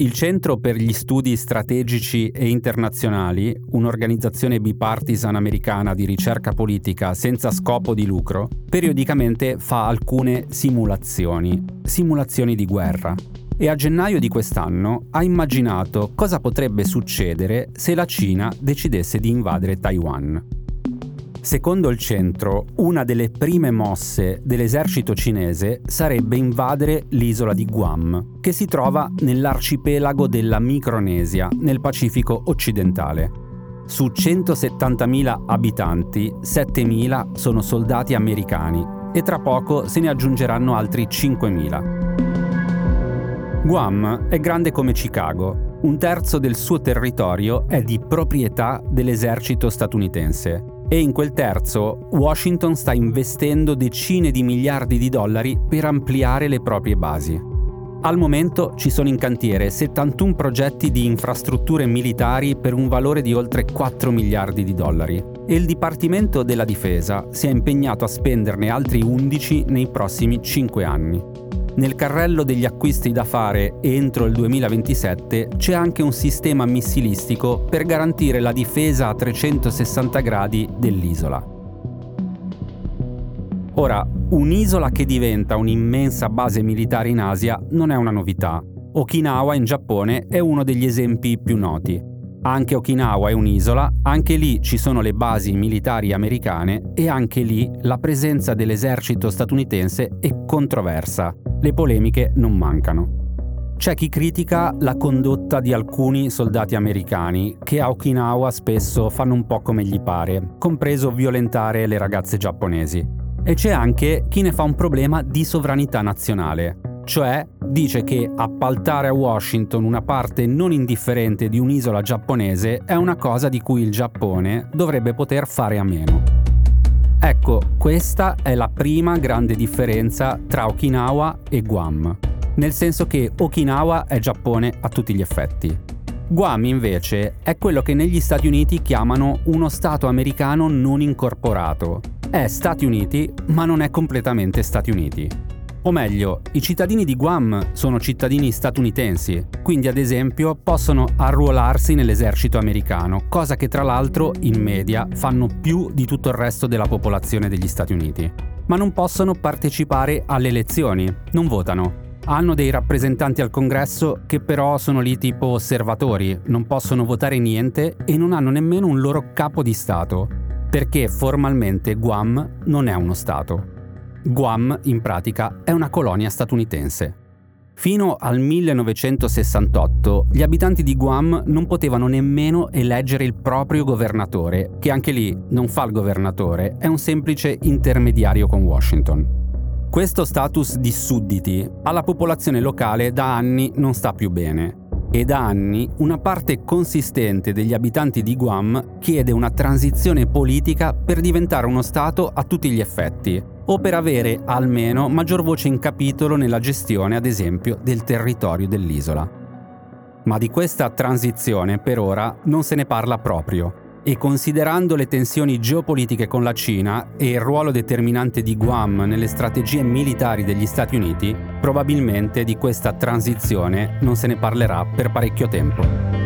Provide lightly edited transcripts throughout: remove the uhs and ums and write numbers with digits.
Il Centro per gli Studi Strategici e Internazionali, un'organizzazione bipartisan americana di ricerca politica senza scopo di lucro, periodicamente fa alcune simulazioni di guerra. E a gennaio di quest'anno ha immaginato cosa potrebbe succedere se la Cina decidesse di invadere Taiwan. Secondo il centro, una delle prime mosse dell'esercito cinese sarebbe invadere l'isola di Guam, che si trova nell'arcipelago della Micronesia, nel Pacifico occidentale. Su 170.000 abitanti, 7.000 sono soldati americani e tra poco se ne aggiungeranno altri 5.000. Guam è grande come Chicago. Un terzo del suo territorio è di proprietà dell'esercito statunitense. E in quel terzo Washington sta investendo decine di miliardi di dollari per ampliare le proprie basi. Al momento ci sono in cantiere 71 progetti di infrastrutture militari per un valore di oltre 4 miliardi di dollari e il Dipartimento della Difesa si è impegnato a spenderne altri 11 nei prossimi 5 anni. Nel carrello degli acquisti da fare entro il 2027 c'è anche un sistema missilistico per garantire la difesa a 360 gradi dell'isola. Ora, un'isola che diventa un'immensa base militare in Asia non è una novità. Okinawa in Giappone è uno degli esempi più noti. Anche Okinawa è un'isola, anche lì ci sono le basi militari americane e anche lì la presenza dell'esercito statunitense è controversa. Le polemiche non mancano. C'è chi critica la condotta di alcuni soldati americani che a Okinawa spesso fanno un po' come gli pare, compreso violentare le ragazze giapponesi. E c'è anche chi ne fa un problema di sovranità nazionale, cioè dice che appaltare a Washington una parte non indifferente di un'isola giapponese è una cosa di cui il Giappone dovrebbe poter fare a meno. Ecco, questa è la prima grande differenza tra Okinawa e Guam, nel senso che Okinawa è Giappone a tutti gli effetti. Guam invece è quello che negli Stati Uniti chiamano uno Stato americano non incorporato. È Stati Uniti, ma non è completamente Stati Uniti. O meglio, i cittadini di Guam sono cittadini statunitensi, quindi ad esempio possono arruolarsi nell'esercito americano, cosa che tra l'altro in media fanno più di tutto il resto della popolazione degli Stati Uniti. Ma non possono partecipare alle elezioni, non votano. Hanno dei rappresentanti al Congresso che però sono lì tipo osservatori, non possono votare niente e non hanno nemmeno un loro capo di Stato, perché formalmente Guam non è uno Stato. Guam, in pratica, è una colonia statunitense. Fino al 1968 gli abitanti di Guam non potevano nemmeno eleggere il proprio governatore, che anche lì non fa il governatore, è un semplice intermediario con Washington. Questo status di sudditi alla popolazione locale da anni non sta più bene. E da anni una parte consistente degli abitanti di Guam chiede una transizione politica per diventare uno Stato a tutti gli effetti, o per avere almeno maggior voce in capitolo nella gestione, ad esempio, del territorio dell'isola. Ma di questa transizione per ora non se ne parla proprio, e considerando le tensioni geopolitiche con la Cina e il ruolo determinante di Guam nelle strategie militari degli Stati Uniti, probabilmente di questa transizione non se ne parlerà per parecchio tempo.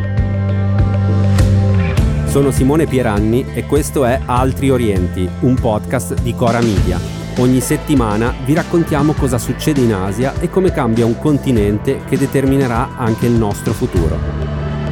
Sono Simone Pieranni e questo è Altri Orienti, un podcast di Cora Media. Ogni settimana vi raccontiamo cosa succede in Asia e come cambia un continente che determinerà anche il nostro futuro.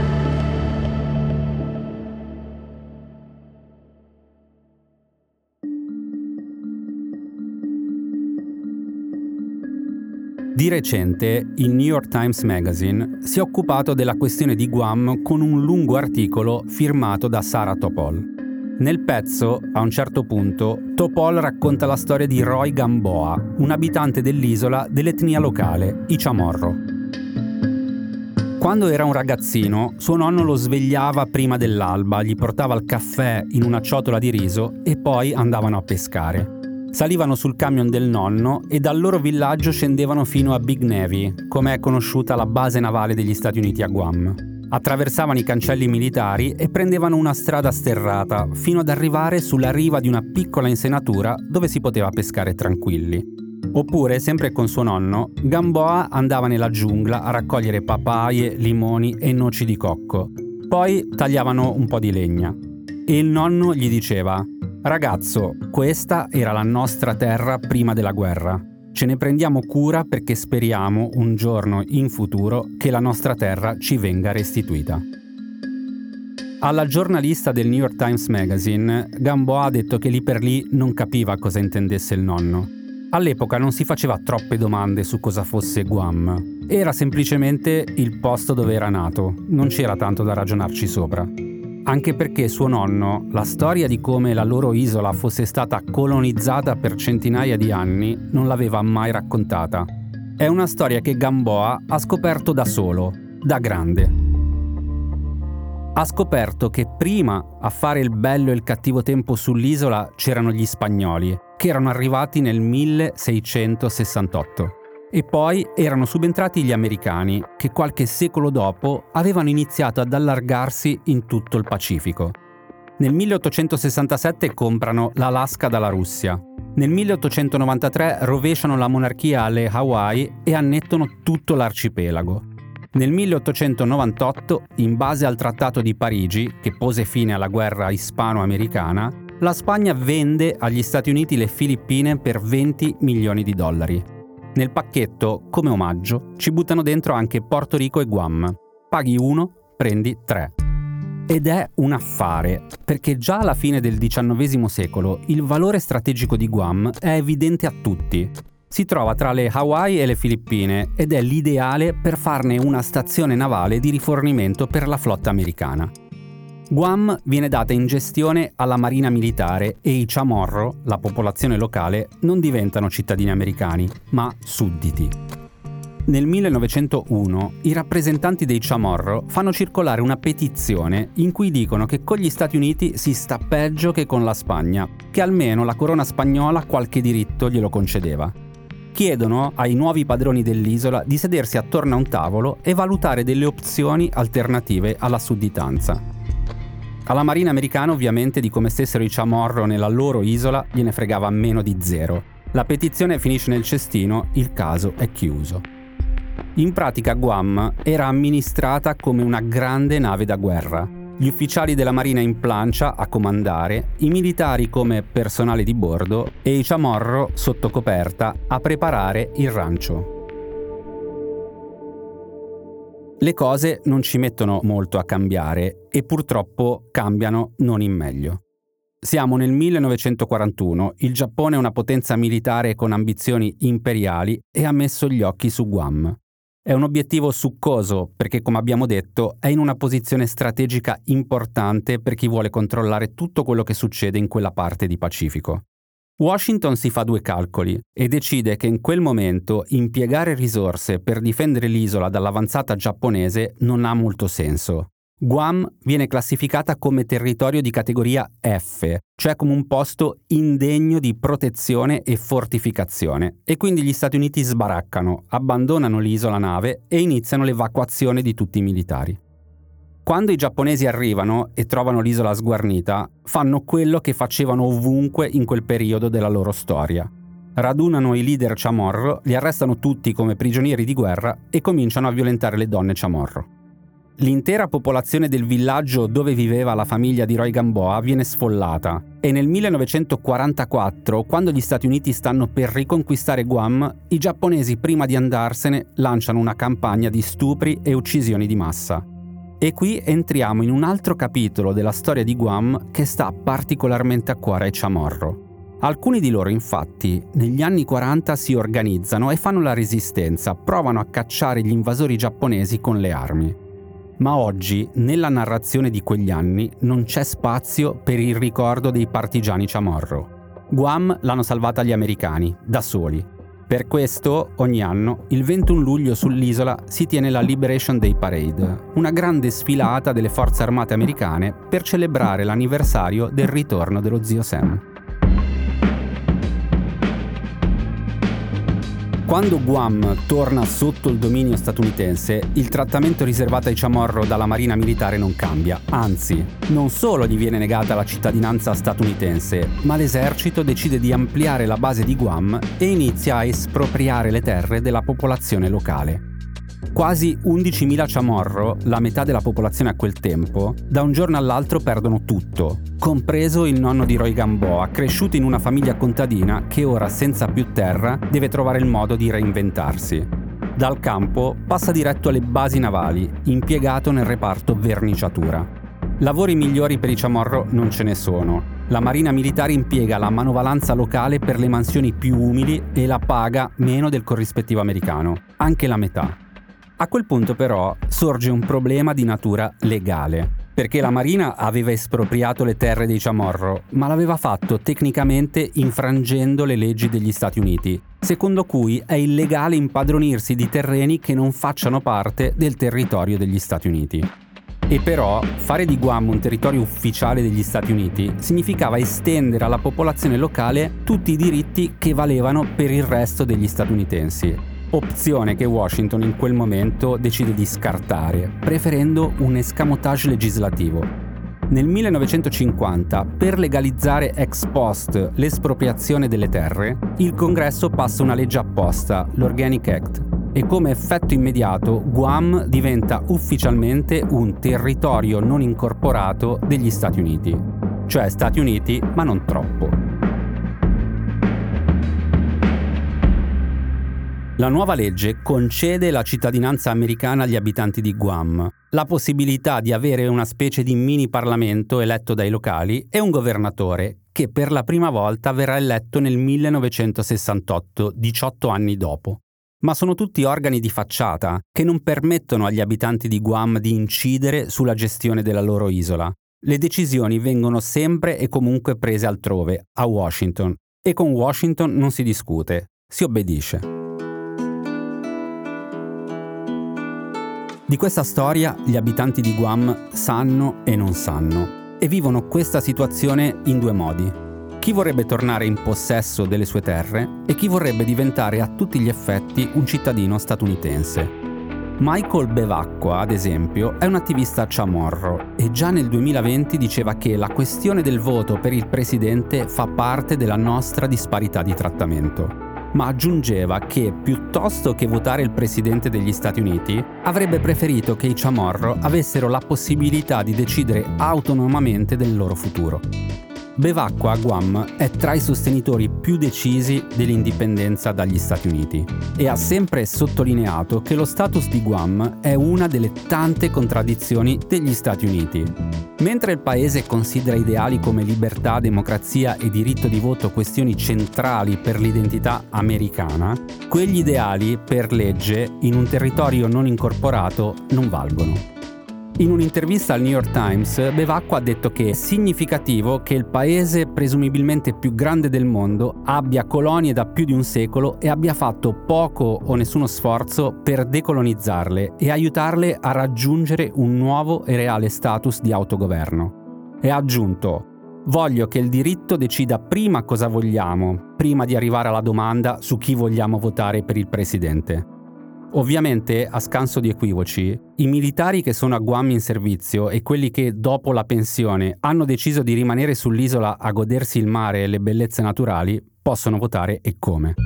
Di recente, il New York Times Magazine si è occupato della questione di Guam con un lungo articolo firmato da Sarah Topol. Nel pezzo, a un certo punto, Topol racconta la storia di Roy Gamboa, un abitante dell'isola dell'etnia locale, i Chamorro. Quando era un ragazzino, suo nonno lo svegliava prima dell'alba, gli portava il caffè in una ciotola di riso e poi andavano a pescare. Salivano sul camion del nonno e dal loro villaggio scendevano fino a Big Navy, come è conosciuta la base navale degli Stati Uniti a Guam. Attraversavano i cancelli militari e prendevano una strada sterrata fino ad arrivare sulla riva di una piccola insenatura dove si poteva pescare tranquilli. Oppure, sempre con suo nonno, Gamboa andava nella giungla a raccogliere papaie, limoni e noci di cocco. Poi tagliavano un po' di legna. E il nonno gli diceva: «Ragazzo, questa era la nostra terra prima della guerra. Ce ne prendiamo cura perché speriamo un giorno in futuro che la nostra terra ci venga restituita». Alla giornalista del New York Times Magazine, Gamboa ha detto che lì per lì non capiva cosa intendesse il nonno. All'epoca non si faceva troppe domande su cosa fosse Guam. Era semplicemente il posto dove era nato, non c'era tanto da ragionarci sopra. Anche perché suo nonno, la storia di come la loro isola fosse stata colonizzata per centinaia di anni, non l'aveva mai raccontata. È una storia che Gamboa ha scoperto da solo, da grande. Ha scoperto che prima a fare il bello e il cattivo tempo sull'isola c'erano gli spagnoli, che erano arrivati nel 1668. E poi erano subentrati gli americani, che qualche secolo dopo avevano iniziato ad allargarsi in tutto il Pacifico. Nel 1867 comprano l'Alaska dalla Russia. Nel 1893 rovesciano la monarchia alle Hawaii e annettono tutto l'arcipelago. Nel 1898, in base al Trattato di Parigi, che pose fine alla guerra ispano-americana, la Spagna vende agli Stati Uniti le Filippine per $20 milioni. Nel pacchetto, come omaggio, ci buttano dentro anche Porto Rico e Guam. Paghi 1, prendi 3. Ed è un affare, perché già alla fine del XIX secolo il valore strategico di Guam è evidente a tutti. Si trova tra le Hawaii e le Filippine ed è l'ideale per farne una stazione navale di rifornimento per la flotta americana. Guam viene data in gestione alla Marina Militare e i Chamorro, la popolazione locale, non diventano cittadini americani, ma sudditi. Nel 1901 i rappresentanti dei Chamorro fanno circolare una petizione in cui dicono che con gli Stati Uniti si sta peggio che con la Spagna, che almeno la corona spagnola qualche diritto glielo concedeva. Chiedono ai nuovi padroni dell'isola di sedersi attorno a un tavolo e valutare delle opzioni alternative alla sudditanza. Alla Marina americana ovviamente di come stessero i Chamorro nella loro isola gliene fregava meno di zero. La petizione finisce nel cestino, il caso è chiuso. In pratica Guam era amministrata come una grande nave da guerra. Gli ufficiali della Marina in plancia a comandare, i militari come personale di bordo e i Chamorro sotto coperta a preparare il rancio. Le cose non ci mettono molto a cambiare e purtroppo cambiano non in meglio. Siamo nel 1941, il Giappone è una potenza militare con ambizioni imperiali e ha messo gli occhi su Guam. È un obiettivo succoso perché, come abbiamo detto, è in una posizione strategica importante per chi vuole controllare tutto quello che succede in quella parte di Pacifico. Washington si fa due calcoli e decide che in quel momento impiegare risorse per difendere l'isola dall'avanzata giapponese non ha molto senso. Guam viene classificata come territorio di categoria F, cioè come un posto indegno di protezione e fortificazione, e quindi gli Stati Uniti sbaraccano, abbandonano l'isola nave e iniziano l'evacuazione di tutti i militari. Quando i giapponesi arrivano e trovano l'isola sguarnita, fanno quello che facevano ovunque in quel periodo della loro storia. Radunano i leader Chamorro, li arrestano tutti come prigionieri di guerra e cominciano a violentare le donne Chamorro. L'intera popolazione del villaggio dove viveva la famiglia di Roy Gamboa viene sfollata e nel 1944, quando gli Stati Uniti stanno per riconquistare Guam, i giapponesi prima di andarsene lanciano una campagna di stupri e uccisioni di massa. E qui entriamo in un altro capitolo della storia di Guam che sta particolarmente a cuore ai Chamorro. Alcuni di loro, infatti, negli anni 40 si organizzano e fanno la resistenza, provano a cacciare gli invasori giapponesi con le armi. Ma oggi, nella narrazione di quegli anni, non c'è spazio per il ricordo dei partigiani Chamorro. Guam l'hanno salvata gli americani, da soli. Per questo, ogni anno, il 21 luglio sull'isola si tiene la Liberation Day Parade, una grande sfilata delle forze armate americane per celebrare l'anniversario del ritorno dello zio Sam. Quando Guam torna sotto il dominio statunitense, il trattamento riservato ai Chamorro dalla Marina militare non cambia. Anzi, non solo gli viene negata la cittadinanza statunitense, ma l'esercito decide di ampliare la base di Guam e inizia a espropriare le terre della popolazione locale. Quasi 11.000 Chamorro, la metà della popolazione a quel tempo, da un giorno all'altro perdono tutto, compreso il nonno di Roy Gamboa, cresciuto in una famiglia contadina che ora, senza più terra, deve trovare il modo di reinventarsi. Dal campo passa diretto alle basi navali, impiegato nel reparto verniciatura. Lavori migliori per i Chamorro non ce ne sono. La Marina militare impiega la manovalanza locale per le mansioni più umili e la paga meno del corrispettivo americano, anche la metà. A quel punto però sorge un problema di natura legale, perché la Marina aveva espropriato le terre dei Chamorro, ma l'aveva fatto tecnicamente infrangendo le leggi degli Stati Uniti, secondo cui è illegale impadronirsi di terreni che non facciano parte del territorio degli Stati Uniti. E però fare di Guam un territorio ufficiale degli Stati Uniti significava estendere alla popolazione locale tutti i diritti che valevano per il resto degli statunitensi. Opzione che Washington in quel momento decide di scartare, preferendo un escamotage legislativo. Nel 1950, per legalizzare ex post l'espropriazione delle terre, il Congresso passa una legge apposta, l'Organic Act, e come effetto immediato Guam diventa ufficialmente un territorio non incorporato degli Stati Uniti. Cioè Stati Uniti, ma non troppo. La nuova legge concede la cittadinanza americana agli abitanti di Guam, la possibilità di avere una specie di mini Parlamento eletto dai locali e un governatore che per la prima volta verrà eletto nel 1968, 18 anni dopo. Ma sono tutti organi di facciata che non permettono agli abitanti di Guam di incidere sulla gestione della loro isola. Le decisioni vengono sempre e comunque prese altrove, a Washington, e con Washington non si discute, si obbedisce. Di questa storia gli abitanti di Guam sanno e non sanno, e vivono questa situazione in due modi. Chi vorrebbe tornare in possesso delle sue terre e chi vorrebbe diventare a tutti gli effetti un cittadino statunitense. Michael Bevacqua, ad esempio, è un attivista Chamorro e già nel 2020 diceva che la questione del voto per il presidente fa parte della nostra disparità di trattamento. Ma aggiungeva che, piuttosto che votare il presidente degli Stati Uniti, avrebbe preferito che i Chamorro avessero la possibilità di decidere autonomamente del loro futuro. Bevacqua a Guam è tra i sostenitori più decisi dell'indipendenza dagli Stati Uniti e ha sempre sottolineato che lo status di Guam è una delle tante contraddizioni degli Stati Uniti. Mentre il paese considera ideali come libertà, democrazia e diritto di voto questioni centrali per l'identità americana, quegli ideali, per legge, in un territorio non incorporato, non valgono. In un'intervista al New York Times, Bevacqua ha detto che è significativo che il paese presumibilmente più grande del mondo abbia colonie da più di un secolo e abbia fatto poco o nessuno sforzo per decolonizzarle e aiutarle a raggiungere un nuovo e reale status di autogoverno. E ha aggiunto: voglio che il diritto decida prima cosa vogliamo, prima di arrivare alla domanda su chi vogliamo votare per il presidente. Ovviamente, a scanso di equivoci, i militari che sono a Guam in servizio e quelli che, dopo la pensione, hanno deciso di rimanere sull'isola a godersi il mare e le bellezze naturali, possono votare e come.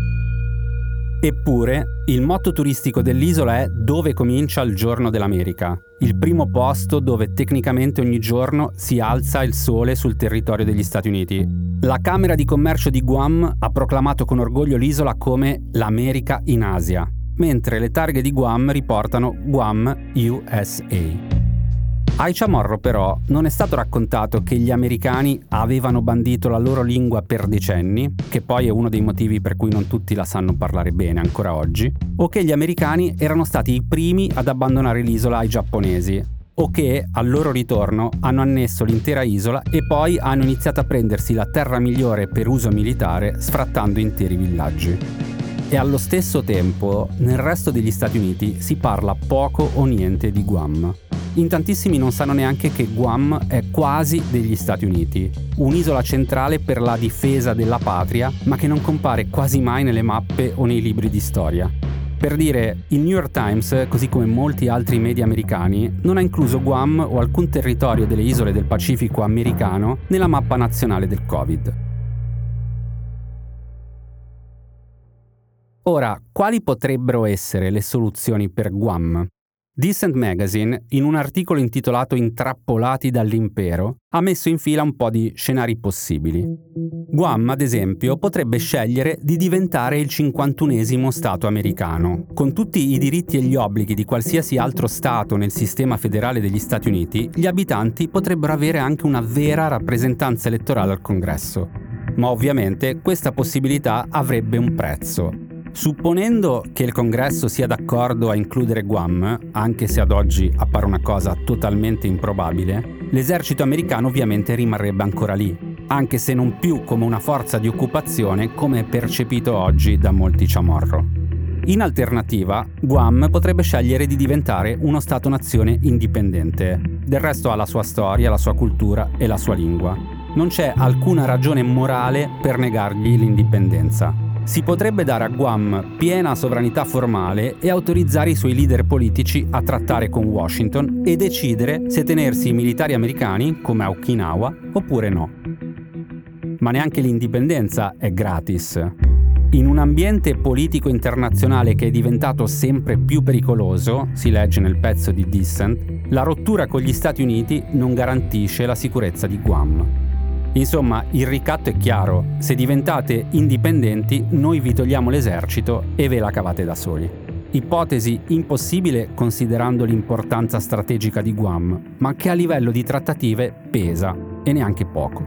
Eppure, il motto turistico dell'isola è «Dove comincia il giorno dell'America», il primo posto dove tecnicamente ogni giorno si alza il sole sul territorio degli Stati Uniti. La Camera di Commercio di Guam ha proclamato con orgoglio l'isola come «l'America in Asia», mentre le targhe di Guam riportano Guam USA. Ai Chamorro però non è stato raccontato che gli americani avevano bandito la loro lingua per decenni, che poi è uno dei motivi per cui non tutti la sanno parlare bene ancora oggi, o che gli americani erano stati i primi ad abbandonare l'isola ai giapponesi, o che al loro ritorno hanno annesso l'intera isola e poi hanno iniziato a prendersi la terra migliore per uso militare, sfrattando interi villaggi. E allo stesso tempo, nel resto degli Stati Uniti si parla poco o niente di Guam. In tantissimi non sanno neanche che Guam è quasi degli Stati Uniti, un'isola centrale per la difesa della patria, ma che non compare quasi mai nelle mappe o nei libri di storia. Per dire, il New York Times, così come molti altri media americani, non ha incluso Guam o alcun territorio delle isole del Pacifico americano nella mappa nazionale del Covid. Ora, quali potrebbero essere le soluzioni per Guam? Decent Magazine, in un articolo intitolato Intrappolati dall'impero, ha messo in fila un po' di scenari possibili. Guam, ad esempio, potrebbe scegliere di diventare il 51esimo Stato americano. Con tutti i diritti e gli obblighi di qualsiasi altro Stato nel sistema federale degli Stati Uniti, gli abitanti potrebbero avere anche una vera rappresentanza elettorale al Congresso. Ma ovviamente questa possibilità avrebbe un prezzo. Supponendo che il Congresso sia d'accordo a includere Guam, anche se ad oggi appare una cosa totalmente improbabile, l'esercito americano ovviamente rimarrebbe ancora lì, anche se non più come una forza di occupazione come è percepito oggi da molti Chamorro. In alternativa, Guam potrebbe scegliere di diventare uno Stato-nazione indipendente. Del resto ha la sua storia, la sua cultura e la sua lingua. Non c'è alcuna ragione morale per negargli l'indipendenza. Si potrebbe dare a Guam piena sovranità formale e autorizzare i suoi leader politici a trattare con Washington e decidere se tenersi i militari americani, come a Okinawa, oppure no. Ma neanche l'indipendenza è gratis. In un ambiente politico internazionale che è diventato sempre più pericoloso, si legge nel pezzo di Decent, la rottura con gli Stati Uniti non garantisce la sicurezza di Guam. Insomma, il ricatto è chiaro: se diventate indipendenti, noi vi togliamo l'esercito e ve la cavate da soli. Ipotesi impossibile considerando l'importanza strategica di Guam, ma che a livello di trattative pesa, e neanche poco.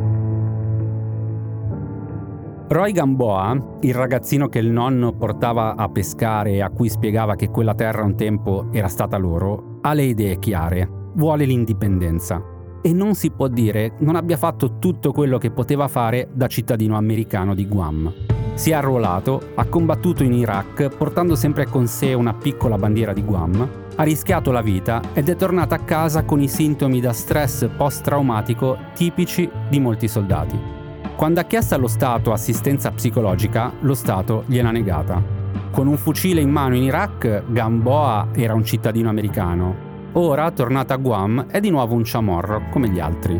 Roy Gamboa, il ragazzino che il nonno portava a pescare e a cui spiegava che quella terra un tempo era stata loro, ha le idee chiare, vuole l'indipendenza. E non si può dire non abbia fatto tutto quello che poteva fare da cittadino americano di Guam. Si è arruolato, ha combattuto in Iraq portando sempre con sé una piccola bandiera di Guam, ha rischiato la vita ed è tornato a casa con i sintomi da stress post-traumatico tipici di molti soldati. Quando ha chiesto allo Stato assistenza psicologica, lo Stato gliel'ha negata. Con un fucile in mano in Iraq, Gamboa era un cittadino americano. Ora, tornato a Guam, è di nuovo un Chamorro, come gli altri.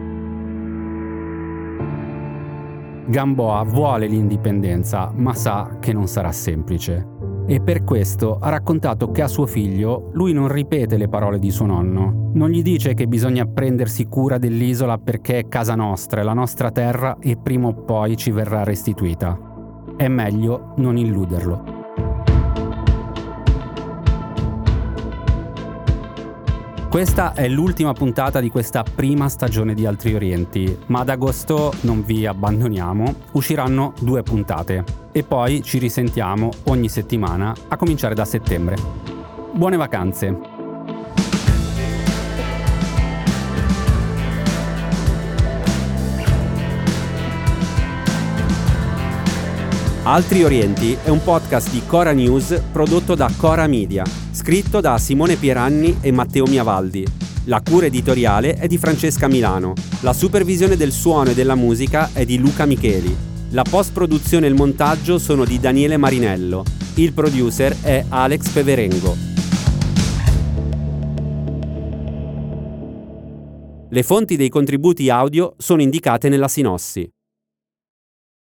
Gamboa vuole l'indipendenza, ma sa che non sarà semplice. E per questo ha raccontato che a suo figlio lui non ripete le parole di suo nonno. Non gli dice che bisogna prendersi cura dell'isola perché è casa nostra, è la nostra terra e prima o poi ci verrà restituita. È meglio non illuderlo. Questa è l'ultima puntata di questa prima stagione di Altri Orienti, ma ad agosto non vi abbandoniamo, usciranno 2 puntate e poi ci risentiamo ogni settimana a cominciare da settembre. Buone vacanze! Altri Orienti è un podcast di Cora News prodotto da Cora Media, scritto da Simone Pieranni e Matteo Miavaldi. La cura editoriale è di Francesca Milano, la supervisione del suono e della musica è di Luca Micheli, la post-produzione e il montaggio sono di Daniele Marinello, il producer è Alex Peverengo. Le fonti dei contributi audio sono indicate nella sinossi.